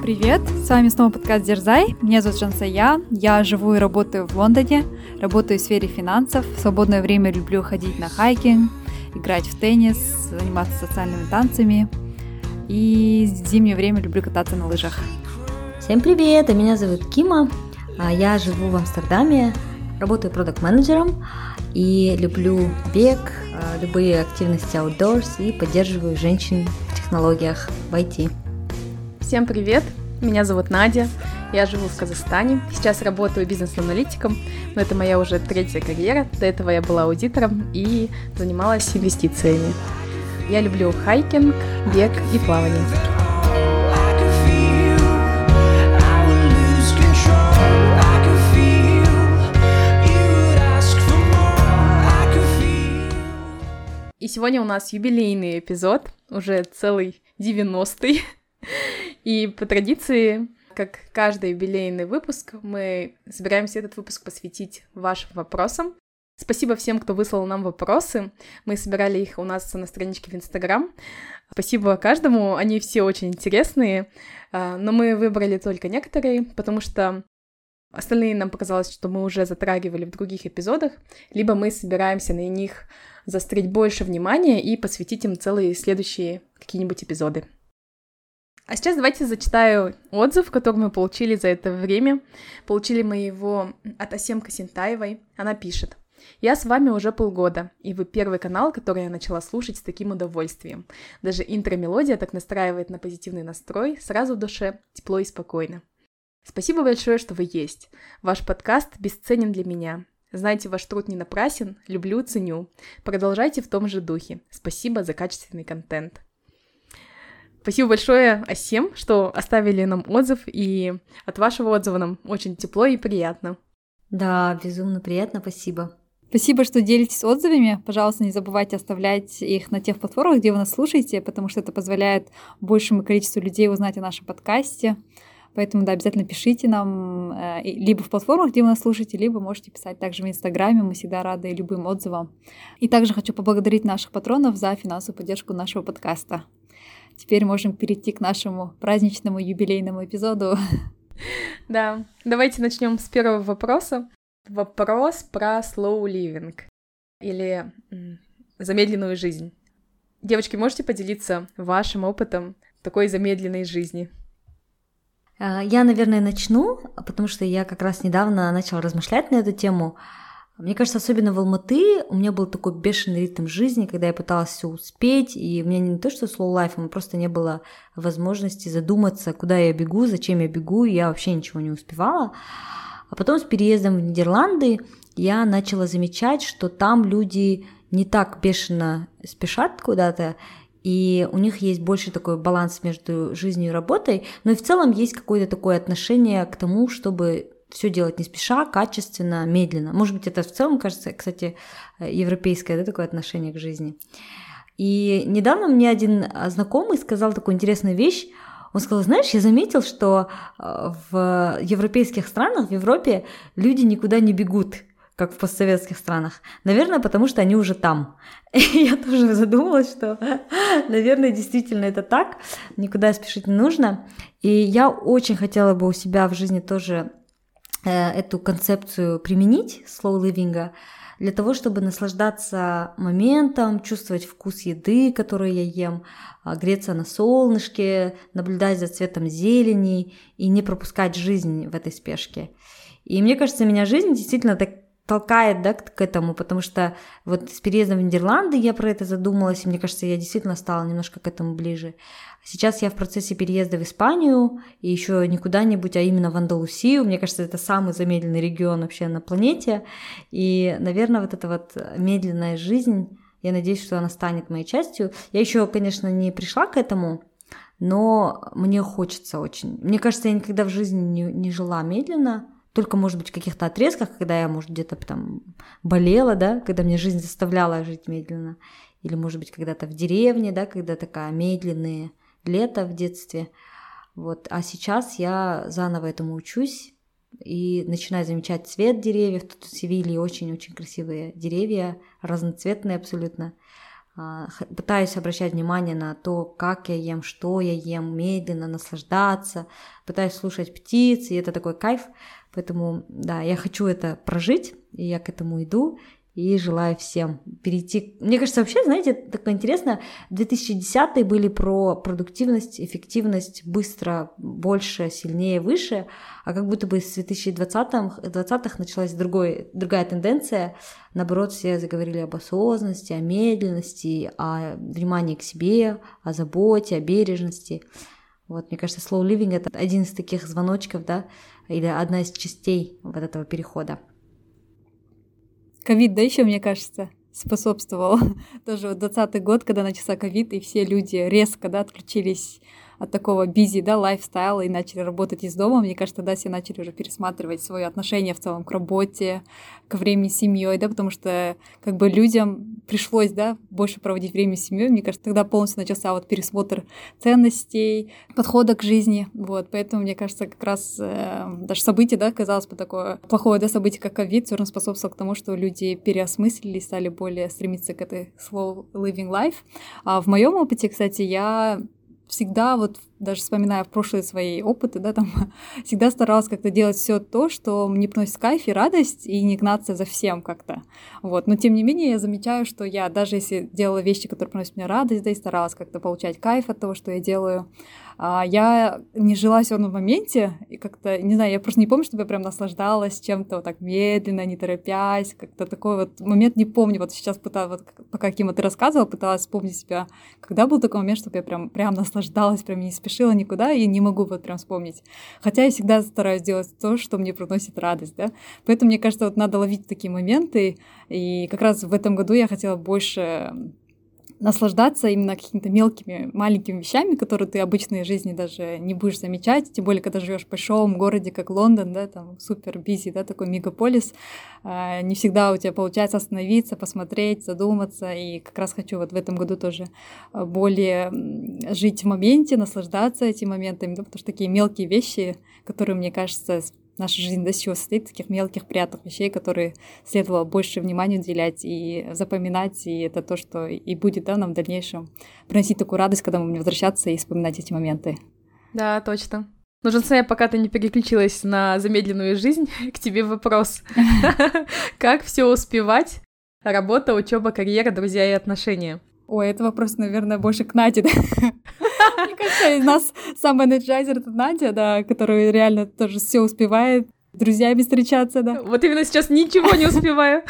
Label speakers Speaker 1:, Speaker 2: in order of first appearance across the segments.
Speaker 1: Привет, с вами снова подкаст Дерзай. Меня зовут Жансая, я живу и работаю в Лондоне, работаю в сфере финансов, в свободное время люблю ходить на хайкинг, играть в теннис, заниматься социальными танцами и в зимнее время люблю кататься на лыжах.
Speaker 2: Всем привет, меня зовут Кима, я живу в Амстердаме, работаю продакт-менеджером и люблю бег, любые активности outdoors и поддерживаю женщин в технологиях в IT.
Speaker 3: Всем привет, меня зовут Надя, я живу в Казахстане, сейчас работаю бизнес-аналитиком, но это моя уже третья карьера, до этого я была аудитором и занималась инвестициями. Я люблю хайкинг, бег и плавание. И сегодня у нас юбилейный эпизод, уже целый 90-й. И по традиции, как каждый юбилейный выпуск, мы собираемся этот выпуск посвятить вашим вопросам. Спасибо всем, кто выслал нам вопросы. Мы собирали их у нас на страничке в Инстаграм. Спасибо каждому, они все очень интересные, но мы выбрали только некоторые, потому что остальные нам показалось, что мы уже затрагивали в других эпизодах, либо мы собираемся на них заострить больше внимания и посвятить им целые следующие какие-нибудь эпизоды. А сейчас давайте зачитаю отзыв, который мы получили за это время. Получили мы его от Асем Касентаевой. Она пишет: «Я с вами уже полгода, и вы первый канал, который я начала слушать с таким удовольствием. Даже интро-мелодия так настраивает на позитивный настрой, сразу в душе тепло и спокойно. Спасибо большое, что вы есть. Ваш подкаст бесценен для меня. Знаете, ваш труд не напрасен, люблю, ценю. Продолжайте в том же духе. Спасибо за качественный контент». Спасибо большое, Асем, что оставили нам отзыв, и от вашего отзыва нам очень тепло и приятно.
Speaker 2: Да, безумно приятно, спасибо.
Speaker 1: Спасибо, что делитесь отзывами. Пожалуйста, не забывайте оставлять их на тех платформах, где вы нас слушаете, потому что это позволяет большему количеству людей узнать о нашем подкасте. Поэтому, да, обязательно пишите нам либо в платформах, где вы нас слушаете, либо можете писать также в Инстаграме. Мы всегда рады любым отзывам. И также хочу поблагодарить наших патронов за финансовую поддержку нашего подкаста. Теперь можем перейти к нашему праздничному юбилейному эпизоду.
Speaker 3: Да, давайте начнем с первого вопроса. Вопрос про slow living или замедленную жизнь. Девочки, можете поделиться вашим опытом такой замедленной жизни?
Speaker 2: Я, наверное, начну, потому что я как раз недавно начала размышлять на эту тему. Мне кажется, особенно в Алматы у меня был такой бешеный ритм жизни, когда я пыталась все успеть, и у меня не то что slow life, у просто не было возможности задуматься, куда я бегу, зачем я бегу, и я вообще ничего не успевала. А потом с переездом в Нидерланды я начала замечать, что там люди не так бешено спешат куда-то, и у них есть больше такой баланс между жизнью и работой, но и в целом есть какое-то такое отношение к тому, чтобы все делать не спеша, качественно, медленно. Может быть, это в целом, кажется, кстати, европейское, да, такое отношение к жизни. И недавно мне один знакомый сказал такую интересную вещь. Он сказал: знаешь, я заметил, что в европейских странах, в Европе люди никуда не бегут, как в постсоветских странах. Наверное, потому что они уже там. И я тоже задумалась, что, наверное, действительно это так. Никуда спешить не нужно. И я очень хотела бы у себя в жизни тоже эту концепцию применить, slow living, для того, чтобы наслаждаться моментом, чувствовать вкус еды, которую я ем, греться на солнышке, наблюдать за цветом зелени и не пропускать жизнь в этой спешке. И мне кажется, меня жизнь действительно так толкает, да, к этому, потому что вот с переездом в Нидерланды я про это задумалась, и мне кажется, я действительно стала немножко к этому ближе. Сейчас я в процессе переезда в Испанию, и еще не куда-нибудь, а именно в Андалусию. Мне кажется, это самый замедленный регион вообще на планете, и, наверное, вот эта вот медленная жизнь, я надеюсь, что она станет моей частью. Я еще, конечно, не пришла к этому, но мне хочется очень. Мне кажется, я никогда в жизни не жила медленно, только, может быть, в каких-то отрезках, когда я, может, где-то там болела, да, когда мне жизнь заставляла жить медленно. Или, может быть, когда-то в деревне, да, когда такая медленное лето в детстве. Вот. А сейчас я заново этому учусь и начинаю замечать цвет деревьев. Тут в Севилье очень-очень красивые деревья, разноцветные абсолютно. Пытаюсь обращать внимание на то, как я ем, что я ем, медленно наслаждаться, пытаюсь слушать птиц, и это такой кайф. Поэтому, да, я хочу это прожить, и я к этому иду, и желаю всем перейти. Мне кажется, вообще, знаете, такое интересно, 2010-е были про продуктивность, эффективность, быстро, больше, сильнее, выше, а как будто бы с 2020-х началась другая тенденция. Наоборот, все заговорили об осознанности, о медленности, о внимании к себе, о заботе, о бережности. Вот, мне кажется, slow living — это один из таких звоночков, да, или одна из частей вот этого перехода.
Speaker 1: Ковид, да, еще, мне кажется, способствовал. Тоже вот 2020 год, когда начался ковид, и все люди резко, да, отключились от такого busy, да, лайфстайла и начали работать из дома. Мне кажется, тогда все начали уже пересматривать свое отношение в целом к работе, к времени с семьей, да, потому что как бы людям пришлось, да, больше проводить время с семьей. Мне кажется, тогда полностью начался вот пересмотр ценностей, подхода к жизни, вот, поэтому, мне кажется, как раз даже событие, да, казалось бы, такое плохое, да, событие, как ковид, все равно способствовало к тому, что люди переосмыслили, стали более стремиться к этой slow living life. А в моем опыте, кстати, я всегда, вот даже вспоминая прошлые свои опыты, да, там, всегда старалась как-то делать все то, что мне приносит кайф и радость, и не гнаться за всем как-то. Вот. Но тем не менее я замечаю, что я, даже если делала вещи, которые приносят мне радость, да, и старалась как-то получать кайф от того, что я делаю, я не жила всё равно в моменте, и как-то, не знаю, я просто не помню, чтобы я прям наслаждалась чем-то вот так медленно, не торопясь, как-то такой вот момент не помню. Вот сейчас пыталась, вот, пока Кима, ты рассказывала, пыталась вспомнить себя, когда был такой момент, чтобы я прям наслаждалась, прям не спешила никуда, и не могу вот прям вспомнить. Хотя я всегда стараюсь делать то, что мне приносит радость, да. Поэтому, мне кажется, вот надо ловить такие моменты, и как раз в этом году я хотела больше наслаждаться именно какими-то мелкими, маленькими вещами, которые ты в обычной жизни даже не будешь замечать, тем более, когда живешь в большом городе, как Лондон, да, там супер бизи, да, такой мегаполис, не всегда у тебя получается остановиться, посмотреть, задуматься, и как раз хочу вот в этом году тоже более жить в моменте, наслаждаться этими моментами, да, потому что такие мелкие вещи, которые, мне кажется, наша жизнь до сих состоит из таких мелких, приятных вещей, которые следовало больше внимания уделять и запоминать, и это то, что и будет, да, нам в дальнейшем приносить такую радость, когда мы будем возвращаться и вспоминать эти моменты.
Speaker 3: Да, точно. Ну, Жансея, пока ты не переключилась на замедленную жизнь, к тебе вопрос. Как все успевать? Работа, учеба, карьера, друзья и отношения.
Speaker 1: Ой, это вопрос, наверное, больше к Наде, да? Мне кажется, из нас самый энерджайзер — это Надя, да, которая реально тоже все успевает, с друзьями встречаться, да.
Speaker 3: Вот именно сейчас ничего не успеваю.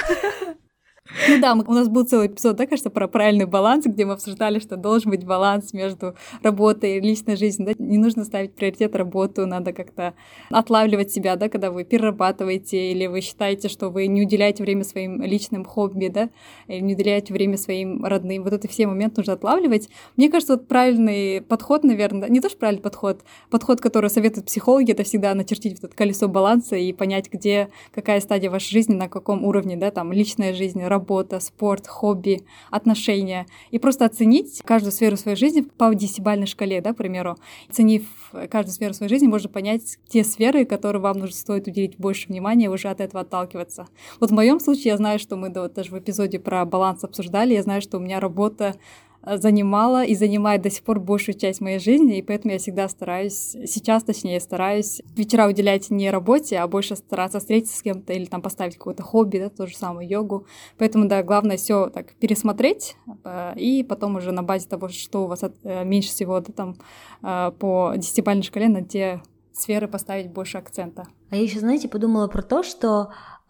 Speaker 1: Ну да, у нас был целый эпизод, да, кажется, про правильный баланс, где мы обсуждали, что должен быть баланс между работой и личной жизнью, да? Не нужно ставить приоритет работу, надо как-то отлавливать себя, да, когда вы перерабатываете или вы считаете, что вы не уделяете время своим личным хобби, да, или не уделяете время своим родным. Вот это все моменты нужно отлавливать. Мне кажется, вот правильный подход, наверное, не то, что правильный подход, который советуют психологи, это всегда начертить вот это колесо баланса и понять, где, какая стадия вашей жизни, на каком уровне, да, там, личная жизнь, работа, спорт, хобби, отношения. И просто оценить каждую сферу своей жизни по 10-бальной шкале, да, к примеру. Оценив каждую сферу своей жизни, можно понять те сферы, которые вам нужно стоит уделить больше внимания, и уже от этого отталкиваться. Вот в моем случае я знаю, что мы вот даже в эпизоде про баланс обсуждали, я знаю, что у меня работа занимала и занимает до сих пор большую часть моей жизни, и поэтому я всегда стараюсь, сейчас точнее, стараюсь вечера уделять не работе, а больше стараться встретиться с кем-то или там поставить какое-то хобби, да, то же самое, йогу. Поэтому, да, главное все так пересмотреть, и потом уже на базе того, что у вас меньше всего, да, там по 10-бальной шкале на те сферы поставить больше акцента.
Speaker 2: А я еще, знаете, подумала про то, что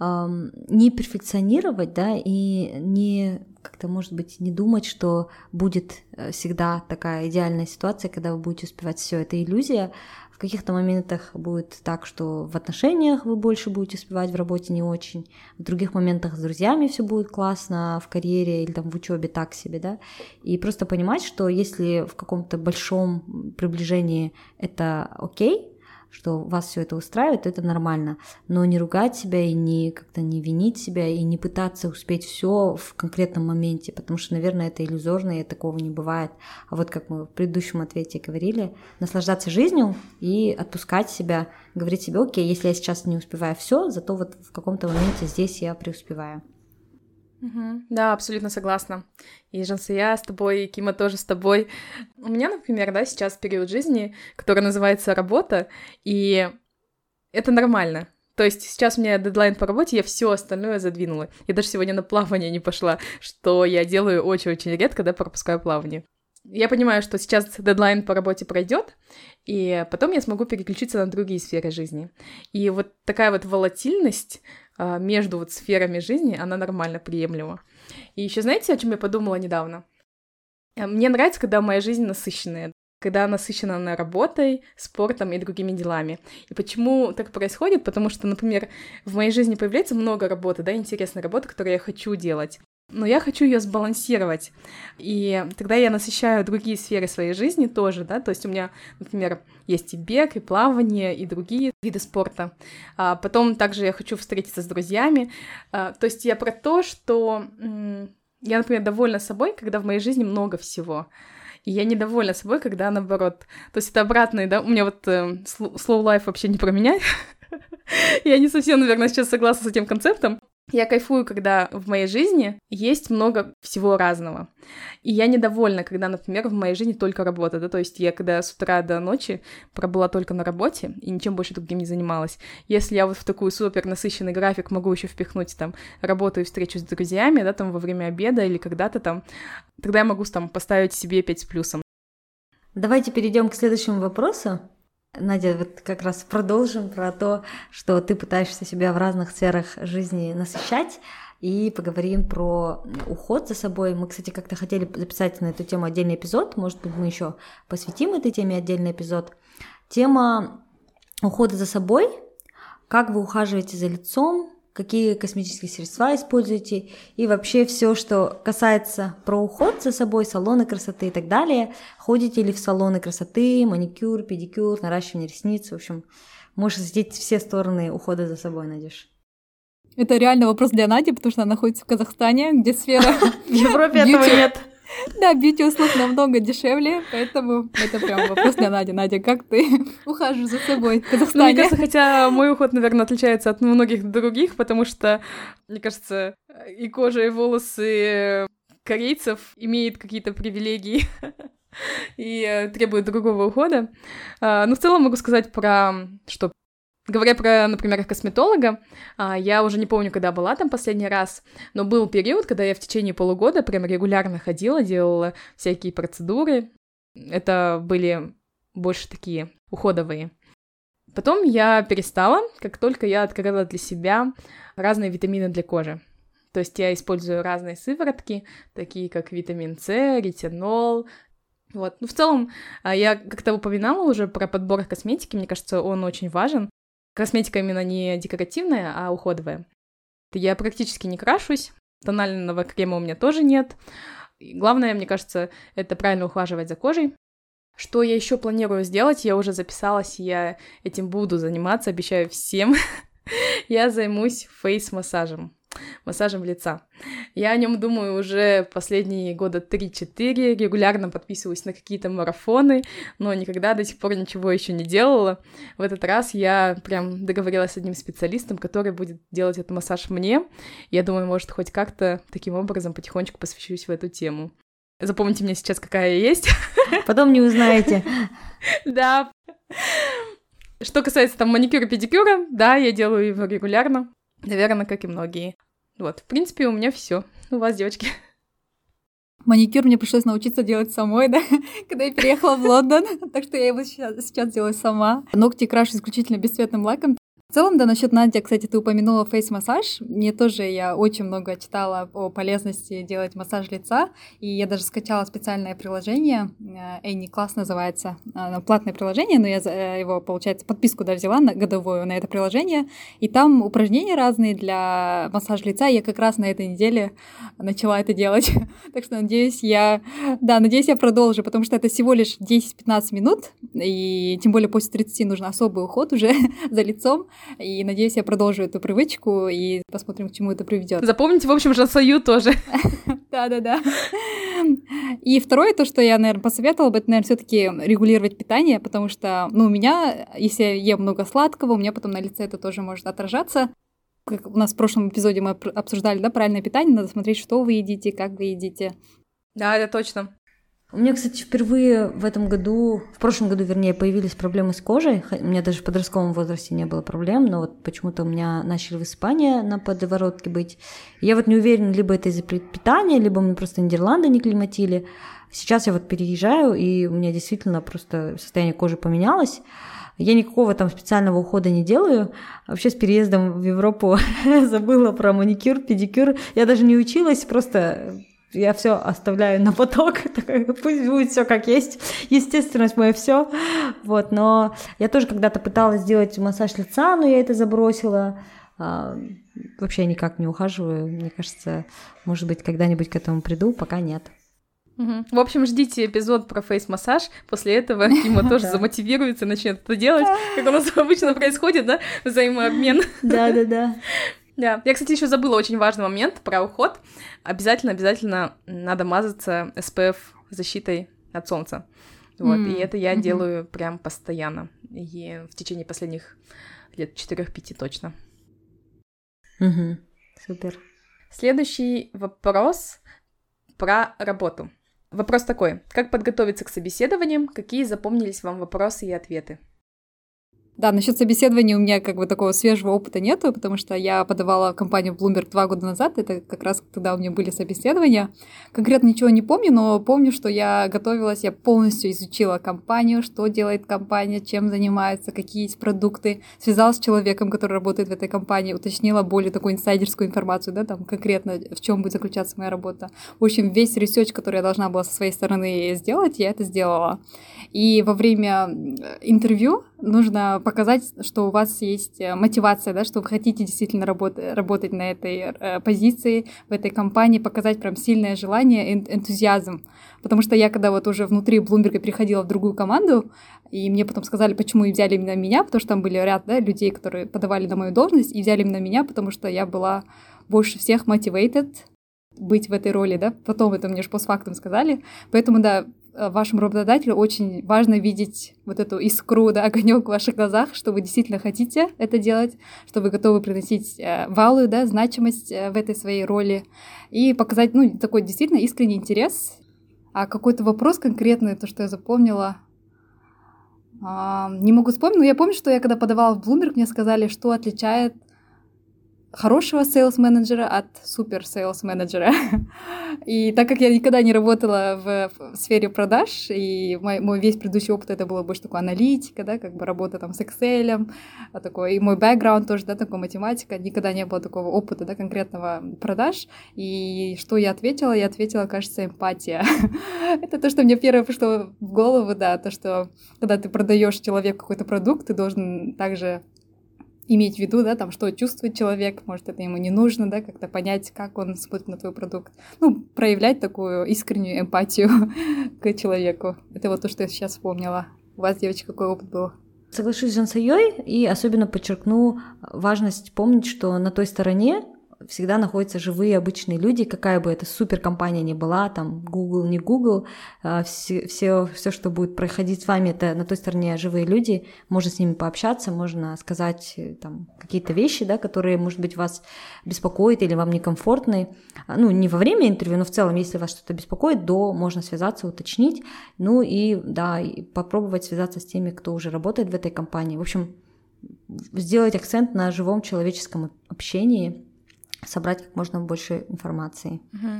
Speaker 2: не перфекционировать, да, и не как-то, может быть, не думать, что будет всегда такая идеальная ситуация, когда вы будете успевать все. Это иллюзия. В каких-то моментах будет так, что в отношениях вы больше будете успевать, в работе не очень. В других моментах с друзьями все будет классно, в карьере или там в учебе так себе, да. И просто понимать, что если в каком-то большом приближении это окей, что вас все это устраивает, то это нормально. Но не ругать себя и не как-то не винить себя и не пытаться успеть все в конкретном моменте, потому что, наверное, это иллюзорно и такого не бывает. А вот как мы в предыдущем ответе говорили, наслаждаться жизнью и отпускать себя, говорить себе: окей, если я сейчас не успеваю все, зато вот в каком-то моменте здесь я преуспеваю.
Speaker 3: Да, абсолютно согласна. И Жансая с тобой, и Кима тоже с тобой. У меня, например, да, сейчас период жизни, который называется работа, и это нормально. То есть сейчас у меня дедлайн по работе, я все остальное задвинула. Я даже сегодня на плавание не пошла, что я делаю очень-очень редко, когда пропускаю плавание. Я понимаю, что сейчас дедлайн по работе пройдет, и потом я смогу переключиться на другие сферы жизни. И вот такая вот волатильность между вот сферами жизни, она нормально приемлема. И еще знаете, о чем я подумала недавно? Мне нравится, когда моя жизнь насыщенная, когда насыщена она работой, спортом и другими делами. И почему так происходит? Потому что, например, в моей жизни появляется много работы, да, интересной работы, которую я хочу делать. Но я хочу ее сбалансировать, и тогда я насыщаю другие сферы своей жизни тоже, да, то есть у меня, например, есть и бег, и плавание, и другие виды спорта. Потом также я хочу встретиться с друзьями, то есть я про то, что я, например, довольна собой, когда в моей жизни много всего, и я недовольна собой, когда наоборот. То есть это обратное, да, у меня вот slow life вообще не про меня, я не совсем, наверное, сейчас согласна с этим концептом. Я кайфую, когда в моей жизни есть много всего разного. И я недовольна, когда, например, в моей жизни только работа, да, то есть я когда с утра до ночи пробыла только на работе и ничем больше другим не занималась. Если я вот в такой супер насыщенный график могу еще впихнуть там работу и встречу с друзьями, да, там во время обеда или когда-то там, тогда я могу там поставить себе 5 с плюсом.
Speaker 2: Давайте перейдем к следующему вопросу. Надя, вот как раз продолжим про то, что ты пытаешься себя в разных сферах жизни насыщать, и поговорим про уход за собой. Мы, кстати, как-то хотели записать на эту тему отдельный эпизод, может быть, мы еще посвятим этой теме отдельный эпизод. Тема ухода за собой, как вы ухаживаете за лицом, какие косметические средства используете, и вообще все, что касается про уход за собой, салоны красоты и так далее. Ходите ли в салоны красоты, маникюр, педикюр, наращивание ресниц, в общем, можешь осветить все стороны ухода за собой, Надюш.
Speaker 1: Это реально вопрос для Нади, потому что она находится в Казахстане, где сфера...
Speaker 2: В Европе этого нет.
Speaker 1: Да, бьюти-услуг намного дешевле, поэтому это прям вопрос для Нади. Надя, как ты ухаживаешь за собой в Казахстане?
Speaker 3: Мне кажется, хотя мой уход, наверное, отличается от многих других, потому что, мне кажется, и кожа, и волосы корейцев имеют какие-то привилегии и требуют другого ухода. Но в целом могу сказать про что. Говоря про, например, косметолога, я уже не помню, когда была там последний раз, но был период, когда я в течение полугода прям регулярно ходила, делала всякие процедуры. Это были больше такие уходовые. Потом я перестала, как только я открыла для себя разные витамины для кожи. То есть я использую разные сыворотки, такие как витамин С, ретинол. Вот. Ну, в целом, я как-то упоминала уже про подбор косметики, мне кажется, он очень важен. Косметика именно не декоративная, а уходовая. Я практически не крашусь, тонального крема у меня тоже нет. И главное, мне кажется, это правильно ухаживать за кожей. Что я еще планирую сделать? Я уже записалась, я этим буду заниматься, обещаю всем. Я займусь фейс-массажем. Массажем лица. Я о нем думаю уже последние года 3-4, регулярно подписываюсь на какие-то марафоны, но никогда до сих пор ничего еще не делала. В этот раз я прям договорилась с одним специалистом, который будет делать этот массаж мне. Я думаю, может, хоть как-то таким образом потихонечку посвящусь в эту тему. Запомните меня сейчас, какая я есть.
Speaker 2: Потом не узнаете.
Speaker 3: Да. Что касается там маникюра, педикюра, да, я делаю его регулярно. Наверное, как и многие. Вот, в принципе, у меня все. У вас, девочки?
Speaker 1: Маникюр мне пришлось научиться делать самой, да, когда я переехала в Лондон, так что я его сейчас делаю сама. Ногти крашу исключительно бесцветным лаком. В целом, да, насчет Надя, кстати, ты упомянула фейс-массаж. Мне тоже, я очень много читала о полезности делать массаж лица, и я даже скачала специальное приложение, Any Class называется, платное приложение, но я его, получается, подписку, да, взяла годовую на это приложение, и там упражнения разные для массажа лица, и я как раз на этой неделе начала это делать. Так что, надеюсь, я продолжу, потому что это всего лишь 10-15 минут, и тем более после 30 нужен особый уход уже за лицом. И надеюсь, я продолжу эту привычку и посмотрим, к чему это приведет.
Speaker 3: Запомните, в общем, Жансаю тоже.
Speaker 1: Да. И второе, то, что я, наверное, посоветовала бы, это, наверное, все-таки регулировать питание, потому что, у меня, если я ем много сладкого, у меня потом на лице это тоже может отражаться. как у нас в прошлом эпизоде мы обсуждали, да, правильное питание, надо смотреть, что вы едите, как вы едите.
Speaker 3: Да, это точно.
Speaker 2: У меня, кстати, впервые в прошлом году, вернее, появились проблемы с кожей. У меня даже в подростковом возрасте не было проблем, но вот почему-то у меня начали высыпания на подворотке быть. Я вот не уверена, либо это из-за питания, либо мне просто Нидерланды не климатили. Сейчас я вот переезжаю, и у меня действительно просто состояние кожи поменялось. Я никакого там специального ухода не делаю. Вообще с переездом в Европу забыла про маникюр, педикюр. Я даже не училась, просто... Я все оставляю на поток, пусть будет все как есть, естественность моя все. Вот, но я тоже когда-то пыталась сделать массаж лица, но я это забросила. Вообще никак не ухаживаю. Мне кажется, может быть, когда-нибудь к этому приду, пока нет.
Speaker 3: В общем, ждите эпизод про фейс-массаж. После этого Кима тоже замотивируется и начнет это делать, как у нас обычно происходит, да, взаимообмен.
Speaker 2: Да.
Speaker 3: Да, я, кстати, еще забыла очень важный момент про уход. Обязательно надо мазаться SPF защитой от солнца. Вот, и это я делаю прям постоянно. И в течение последних лет 4-5 точно.
Speaker 2: Супер.
Speaker 3: Следующий вопрос про работу. Вопрос такой. Как подготовиться к собеседованиям? Какие запомнились вам вопросы и ответы?
Speaker 1: Да, насчет собеседования у меня как бы такого свежего опыта нету, потому что я подавала компанию Bloomberg 2 года назад, это как раз тогда у меня были собеседования. Конкретно ничего не помню, но помню, что я готовилась, я полностью изучила компанию, что делает компания, чем занимается, какие есть продукты, связалась с человеком, который работает в этой компании, уточнила более такую инсайдерскую информацию, да, там конкретно в чем будет заключаться моя работа. В общем, весь ресерч, который я должна была со своей стороны сделать, я это сделала. И во время интервью нужно показать, что у вас есть мотивация, да, что вы хотите действительно работать на этой позиции, в этой компании, показать прям сильное желание, энтузиазм. Потому что я, когда вот уже внутри Bloomberg переходила в другую команду, и мне потом сказали, почему и взяли именно меня, потому что там были ряд, да, людей, которые подавали на мою должность, и взяли именно меня, потому что я была больше всех motivated быть в этой роли, да, потом это мне же постфактум сказали, поэтому, да, вашему работодателю очень важно видеть вот эту искру, да, огонек в ваших глазах, что вы действительно хотите это делать, что вы готовы приносить value, да, значимость в этой своей роли и показать, ну, такой действительно искренний интерес. А какой-то вопрос конкретный, то, что я запомнила, не могу вспомнить, но я помню, что я когда подавала в Bloomberg, мне сказали, что отличает хорошего сейлс-менеджера от супер-сейлс-менеджера. И так как я никогда не работала в сфере продаж, и мой весь предыдущий опыт это было больше такой аналитика, да, как бы работа там с Excel, такой, и мой бэкграунд тоже, да, такой математика, никогда не было такого опыта, да, конкретного продаж. И что я ответила? Я ответила, кажется, эмпатия. Это то, что мне первое пришло в голову, да, то, что когда ты продаешь человеку какой-то продукт, ты должен также иметь в виду, да, там, что чувствует человек, может, это ему не нужно, да, как-то понять, как он смотрит на твой продукт. Ну, проявлять такую искреннюю эмпатию к человеку. Это вот то, что я сейчас вспомнила. У вас, девочки, какой опыт был?
Speaker 2: Соглашусь с Жансайой и особенно подчеркну важность помнить, что на той стороне всегда находятся живые обычные люди, какая бы это суперкомпания ни была, там Google, не Google, все, что будет проходить с вами, это на той стороне живые люди, можно с ними пообщаться, можно сказать там какие-то вещи, да, которые, может быть, вас беспокоят или вам некомфортны, ну, не во время интервью, но в целом, если вас что-то беспокоит, можно связаться, уточнить, ну и, да, и попробовать связаться с теми, кто уже работает в этой компании. В общем, сделать акцент на живом человеческом общении, собрать как можно больше информации.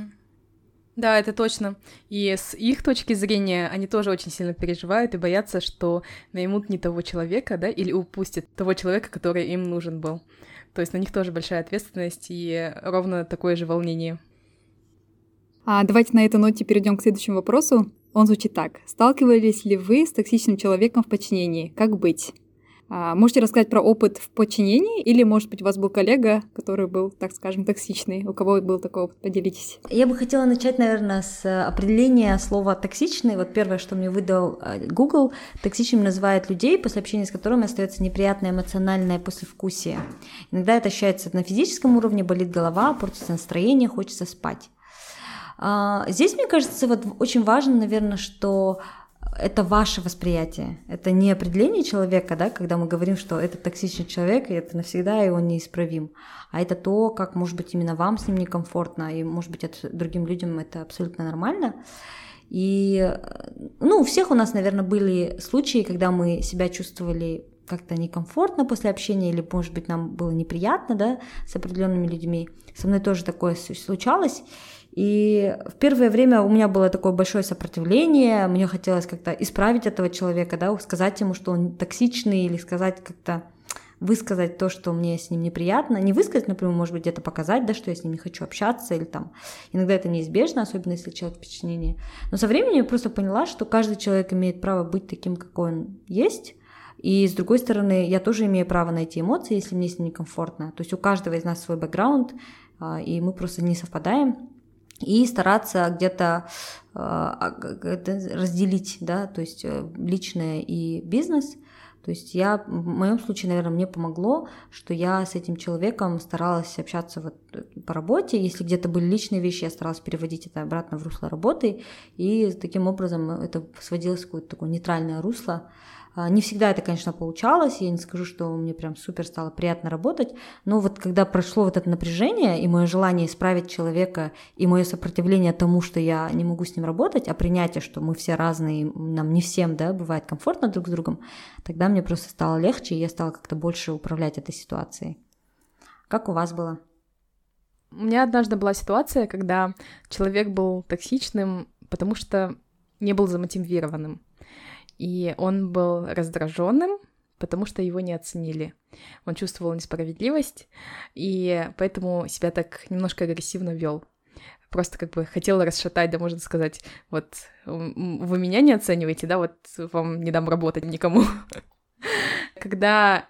Speaker 3: Да, это точно. И с их точки зрения они тоже очень сильно переживают и боятся, что наймут не того человека, да, или упустят того человека, который им нужен был. То есть на них тоже большая ответственность и ровно такое же волнение.
Speaker 1: Давайте на этой ноте перейдем к следующему вопросу. Он звучит так. Сталкивались ли вы с токсичным человеком в подчинении? Как быть? Можете рассказать про опыт в подчинении, или, может быть, у вас был коллега, который был, так скажем, токсичный? У кого был такой опыт? Поделитесь.
Speaker 2: Я бы хотела начать, наверное, с определения слова «токсичный». Вот первое, что мне выдал Google, токсичным называют людей, после общения с которыми остается неприятное эмоциональное послевкусие. Иногда это ощущается на физическом уровне, болит голова, портится настроение, хочется спать. Здесь, мне кажется, вот очень важно, наверное, что это ваше восприятие. Это не определение человека, да, когда мы говорим, что это токсичный человек, и это навсегда, и он неисправим. А это то, как, может быть, именно вам с ним некомфортно, и, может быть, другим людям это абсолютно нормально. И, у всех у нас, наверное, были случаи, когда мы себя чувствовали как-то некомфортно после общения, или, может быть, нам было неприятно, да, с определенными людьми. Со мной тоже такое случалось. И в первое время у меня было такое большое сопротивление, мне хотелось как-то исправить этого человека, да, сказать ему, что он токсичный, или сказать как-то, высказать то, что мне с ним неприятно. Не высказать, например, может быть, где-то показать, да, что я с ним не хочу общаться, или там. Иногда это неизбежно, особенно если человек в подчинении. Но со временем я просто поняла, что каждый человек имеет право быть таким, какой он есть. И с другой стороны, я тоже имею право найти эмоции, если мне с ним некомфортно. То есть у каждого из нас свой бэкграунд, и мы просто не совпадаем. И стараться где-то разделить, да, то есть личное и бизнес. То есть в моем случае, наверное, мне помогло, что я с этим человеком старалась общаться вот по работе. Если где-то были личные вещи, я старалась переводить это обратно в русло работы. И таким образом это сводилось в какое-то такое нейтральное русло. Не всегда это, конечно, получалось, я не скажу, что мне прям супер стало приятно работать, но вот когда прошло вот это напряжение и мое желание исправить человека, и мое сопротивление тому, что я не могу с ним работать, а принятие, что мы все разные, нам не всем, да, бывает комфортно друг с другом, тогда мне просто стало легче, и я стала как-то больше управлять этой ситуацией. Как у вас было?
Speaker 3: У меня однажды была ситуация, когда человек был токсичным, потому что не был замотивированным. И он был раздраженным, потому что его не оценили. Он чувствовал несправедливость, и поэтому себя так немножко агрессивно вел. Просто как бы хотел расшатать, да, можно сказать, вот вы меня не оцениваете, да, вот вам не дам работать никому. Когда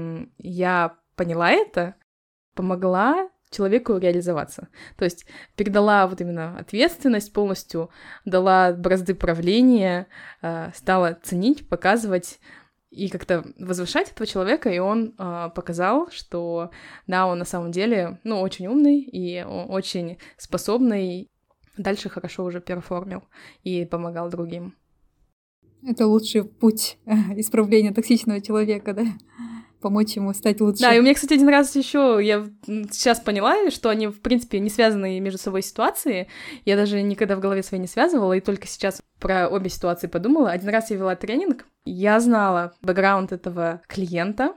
Speaker 3: я поняла это, помогла человеку реализоваться. То есть передала вот именно ответственность полностью, дала бразды правления, стала ценить, показывать и как-то возвышать этого человека, и он показал, что да, он на самом деле, очень умный и очень способный, дальше хорошо уже перформил и помогал другим.
Speaker 1: Это лучший путь исправления токсичного человека, да? Помочь ему стать лучше.
Speaker 3: Да, и у меня, кстати, один раз еще я сейчас поняла, что они, в принципе, не связаны между собой ситуации. Я даже никогда в голове своей не связывала, и только сейчас про обе ситуации подумала. Один раз я вела тренинг, я знала бэкграунд этого клиента,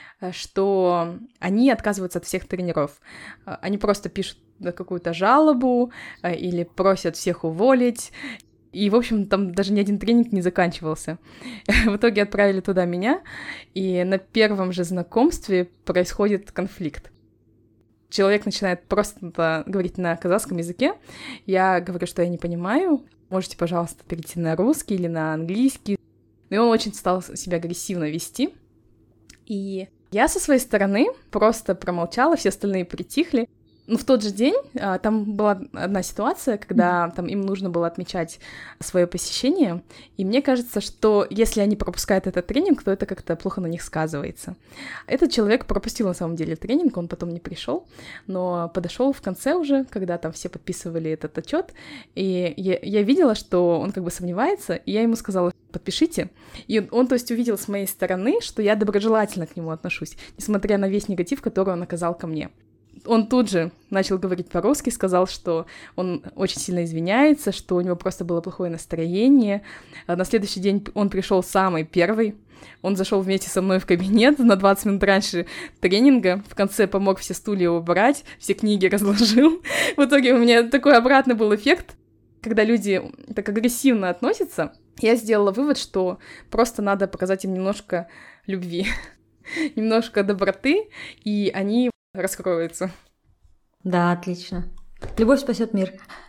Speaker 3: что они отказываются от всех тренеров. Они просто пишут какую-то жалобу или просят всех уволить. И, в общем, там даже ни один тренинг не заканчивался. В итоге отправили туда меня, и на первом же знакомстве происходит конфликт. Человек начинает просто говорить на казахском языке. Я говорю, что я не понимаю. Можете, пожалуйста, перейти на русский или на английский. И он очень стал себя агрессивно вести. И я со своей стороны просто промолчала, все остальные притихли. В тот же день там была одна ситуация, когда там им нужно было отмечать свое посещение, и мне кажется, что если они пропускают этот тренинг, то это как-то плохо на них сказывается. Этот человек пропустил на самом деле тренинг, он потом не пришел, но подошел в конце уже, когда там все подписывали этот отчет, и я видела, что он как бы сомневается, и я ему сказала: подпишите. И он, то есть, увидел с моей стороны, что я доброжелательно к нему отношусь, несмотря на весь негатив, который он оказал ко мне. Он тут же начал говорить по-русски, сказал, что он очень сильно извиняется, что у него просто было плохое настроение. На следующий день он пришел самый первый. Он зашел вместе со мной в кабинет на 20 минут раньше тренинга. В конце помог все стулья убрать, все книги разложил. В итоге у меня такой обратный был эффект. Когда люди так агрессивно относятся, я сделала вывод, что просто надо показать им немножко любви, немножко доброты, и они раскроется.
Speaker 2: Да, отлично. Любовь спасет мир.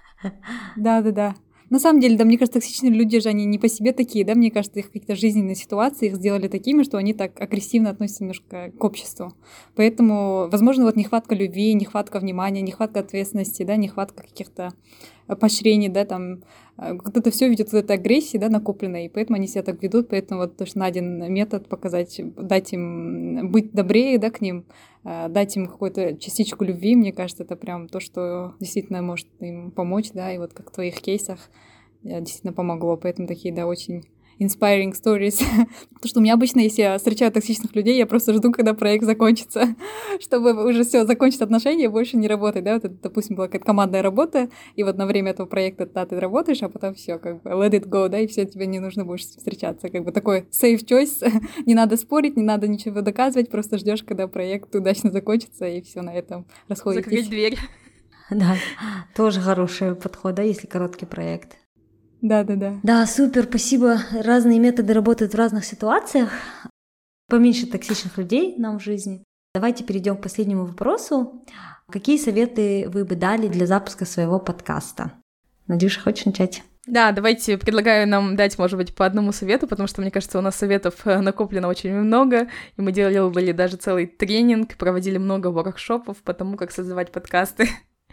Speaker 1: Да. На самом деле, да, мне кажется, токсичные люди же, они не по себе такие, да, мне кажется, их какие-то жизненные ситуации их сделали такими, что они так агрессивно относятся немножко к обществу. Поэтому, возможно, вот нехватка любви, нехватка внимания, нехватка ответственности, да, нехватка каких-то поощрений, да, там, как это все ведет к этой агрессии, да, накопленной, и поэтому они себя так ведут, поэтому вот точно один метод показать, дать им быть добрее, да, к ним, дать им какую-то частичку любви, мне кажется, это прям то, что действительно может им помочь, да, и вот как в твоих кейсах действительно помогло, поэтому такие, да, очень inspiring stories. Потому что у меня обычно, если я встречаю токсичных людей, я просто жду, когда проект закончится, чтобы уже все закончить отношения и больше не работать, да, вот это, допустим, была какая-то командная работа, и вот на время этого проекта, да, ты работаешь, а потом все как бы let it go, да, и все, тебе не нужно больше встречаться, как бы такой safe choice, не надо спорить, не надо ничего доказывать, просто ждешь, когда проект удачно закончится, и все на этом расходитесь.
Speaker 3: Закрыть дверь.
Speaker 2: Да, тоже хороший подход, да, если короткий проект.
Speaker 1: Да.
Speaker 2: Да, супер, спасибо. Разные методы работают в разных ситуациях. Поменьше токсичных людей нам в жизни. Давайте перейдем к последнему вопросу. Какие советы вы бы дали для запуска своего подкаста? Надюша, хочешь начать?
Speaker 3: Да, давайте, предлагаю нам дать, может быть, по одному совету, потому что, мне кажется, у нас советов накоплено очень много, и мы делали даже целый тренинг, проводили много воркшопов по тому, как создавать подкасты.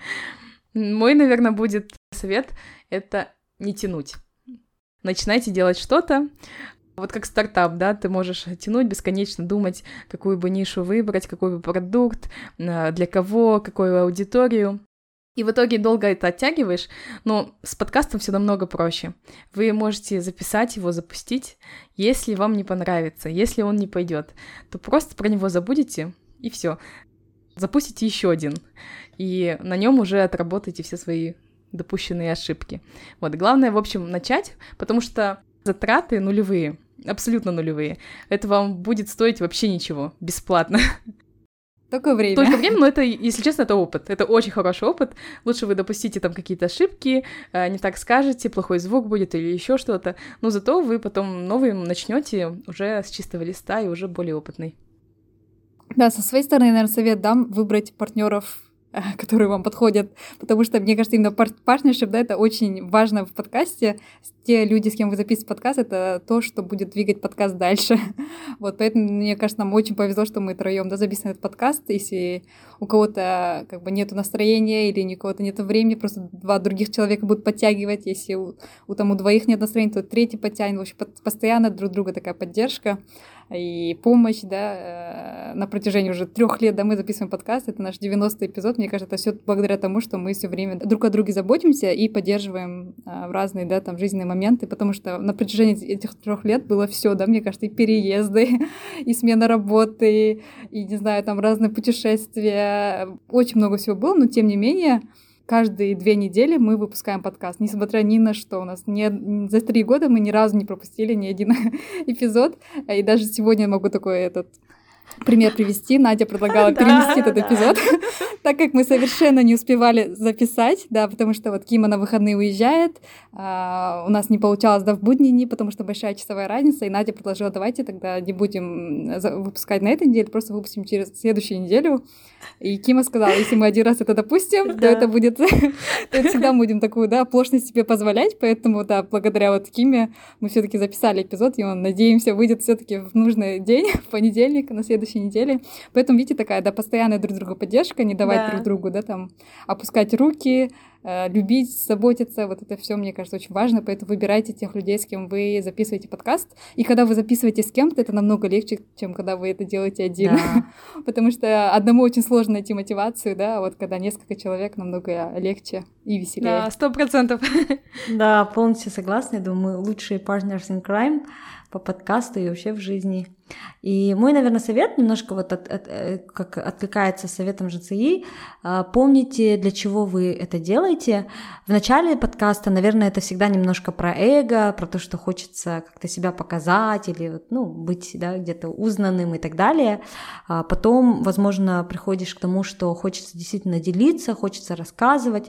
Speaker 3: Мой, наверное, будет совет — это не тянуть. Начинайте делать что-то. Вот как стартап, да, ты можешь тянуть бесконечно, думать, какую бы нишу выбрать, какой бы продукт, для кого, какую аудиторию. И в итоге долго это оттягиваешь, но с подкастом все намного проще. Вы можете записать его, запустить. Если вам не понравится, если он не пойдет, то просто про него забудете, и все. Запустите еще один, и на нем уже отработайте все свои допущенные ошибки. Вот, главное, в общем, начать, потому что затраты нулевые, абсолютно нулевые. Это вам будет стоить вообще ничего, бесплатно.
Speaker 1: Только время.
Speaker 3: Только время, но это, если честно, это опыт. Это очень хороший опыт. Лучше вы допустите там какие-то ошибки, не так скажете, плохой звук будет или еще что-то. Но зато вы потом новый начнете уже с чистого листа и уже более опытный.
Speaker 1: Да, со своей стороны, наверное, совет дам выбрать партнеров, которые вам подходят, потому что, мне кажется, именно партнершип, да, это очень важно в подкасте. Те люди, с кем вы записываете подкаст, это то, что будет двигать подкаст дальше. Вот, поэтому, мне кажется, нам очень повезло, что мы троем, да, записываем этот подкаст. Если у кого-то, как бы, нету настроения или у кого-то нету времени, просто два других человека будут подтягивать. Если у двоих нет настроения, то третий подтянет. В общем, постоянно друг друга такая поддержка и помощь, да, на протяжении уже 3 лет, да, мы записываем подкаст, это наш 90-й эпизод, мне кажется, это все благодаря тому, что мы все время друг о друге заботимся и поддерживаем в разные, да, там, жизненные моменты, потому что на протяжении этих 3 лет было все, да, мне кажется, и переезды, и смена работы, и, не знаю, там, разные путешествия, очень много всего было, но, тем не менее, каждые 2 недели мы выпускаем подкаст, несмотря ни на что. У нас за 3 года мы ни разу не пропустили ни один эпизод. И даже сегодня я могу такой пример привести. Надя предлагала перенести этот эпизод, так как мы совершенно не успевали записать, да, потому что вот Кима на выходные уезжает, у нас не получалось, да, в будние дни, потому что большая часовая разница, и Надя предложила, давайте тогда не будем выпускать на этой неделе, просто выпустим через следующую неделю. И Кима сказала, если мы один раз это допустим, то это будет, то всегда будем такую, да, оплошность себе позволять, поэтому, да, благодаря вот Киме мы все-таки записали эпизод, и он, надеемся, выйдет все-таки в нужный день, в понедельник, на следующей неделе. Поэтому, видите, такая, да, постоянная друг другу поддержка, не давать друг другу, да, там, опускать руки, любить, заботиться, вот это все, мне кажется, очень важно, поэтому выбирайте тех людей, с кем вы записываете подкаст, и когда вы записываете с кем-то, это намного легче, чем когда вы это делаете один, потому что одному очень сложно найти мотивацию, да, а вот когда несколько человек, намного легче и веселее.
Speaker 3: Да, 100%.
Speaker 2: Да, полностью согласна, я думаю, мы лучшие partners in crime по подкасту и вообще в жизни. И мой, наверное, совет немножко вот как откликается с советом ЖЦИ. Помните, для чего вы это делаете. В начале подкаста, наверное, это всегда немножко про эго, про то, что хочется как-то себя показать или, ну, быть, да, где-то узнанным и так далее. Потом, возможно, приходишь к тому, что хочется действительно делиться, хочется рассказывать.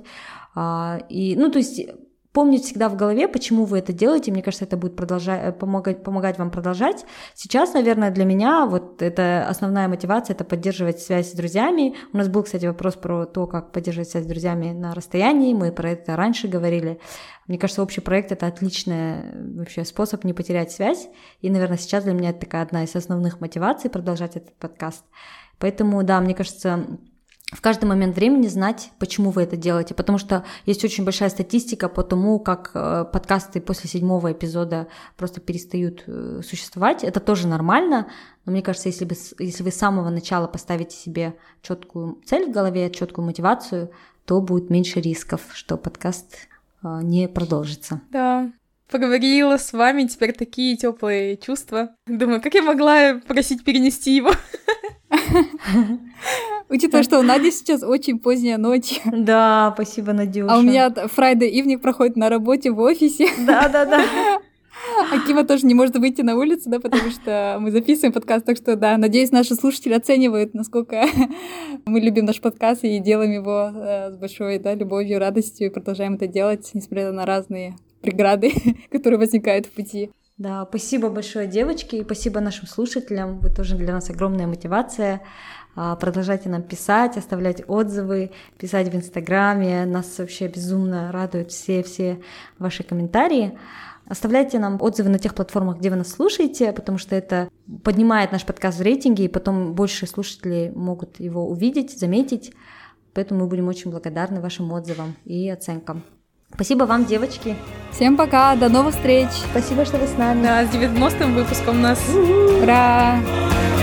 Speaker 2: И, ну, то есть помнить всегда в голове, почему вы это делаете. Мне кажется, это будет помогать вам продолжать. Сейчас, наверное, для меня вот это основная мотивация — это поддерживать связь с друзьями. У нас был, кстати, вопрос про то, как поддерживать связь с друзьями на расстоянии. Мы про это раньше говорили. Мне кажется, общий проект — это отличный вообще способ не потерять связь. И, наверное, сейчас для меня это такая одна из основных мотиваций продолжать этот подкаст. Поэтому, да, мне кажется, в каждый момент времени знать, почему вы это делаете, потому что есть очень большая статистика по тому, как подкасты после 7-го эпизода просто перестают существовать. Это тоже нормально, но мне кажется, если вы с самого начала поставите себе четкую цель в голове, четкую мотивацию, то будет меньше рисков, что подкаст не продолжится.
Speaker 3: Да. поговорила с вами, теперь такие теплые чувства. Думаю, как я могла просить перенести его?
Speaker 1: Учитывая, что у Нади сейчас очень поздняя ночь.
Speaker 2: Да, спасибо, Надюша.
Speaker 1: А у меня Friday evening проходит на работе в офисе.
Speaker 2: Да.
Speaker 1: А Кима тоже не может выйти на улицу, да, потому что мы записываем подкаст, так что, да, надеюсь, наши слушатели оценивают, насколько мы любим наш подкаст и делаем его с большой, да, любовью, радостью, и продолжаем это делать, несмотря на разные преграды, которые возникают в пути.
Speaker 2: Да, спасибо большое, девочки, и спасибо нашим слушателям, вы тоже для нас огромная мотивация. Продолжайте нам писать, оставлять отзывы, писать в Инстаграме, нас вообще безумно радуют все ваши комментарии. Оставляйте нам отзывы на тех платформах, где вы нас слушаете, потому что это поднимает наш подкаст в рейтинге, и потом больше слушателей могут его увидеть, заметить. Поэтому мы будем очень благодарны вашим отзывам и оценкам. Спасибо вам, девочки.
Speaker 1: Всем пока, до новых встреч.
Speaker 2: Спасибо, что вы с нами.
Speaker 3: Да, с 90-м выпуском нас.
Speaker 1: Ура!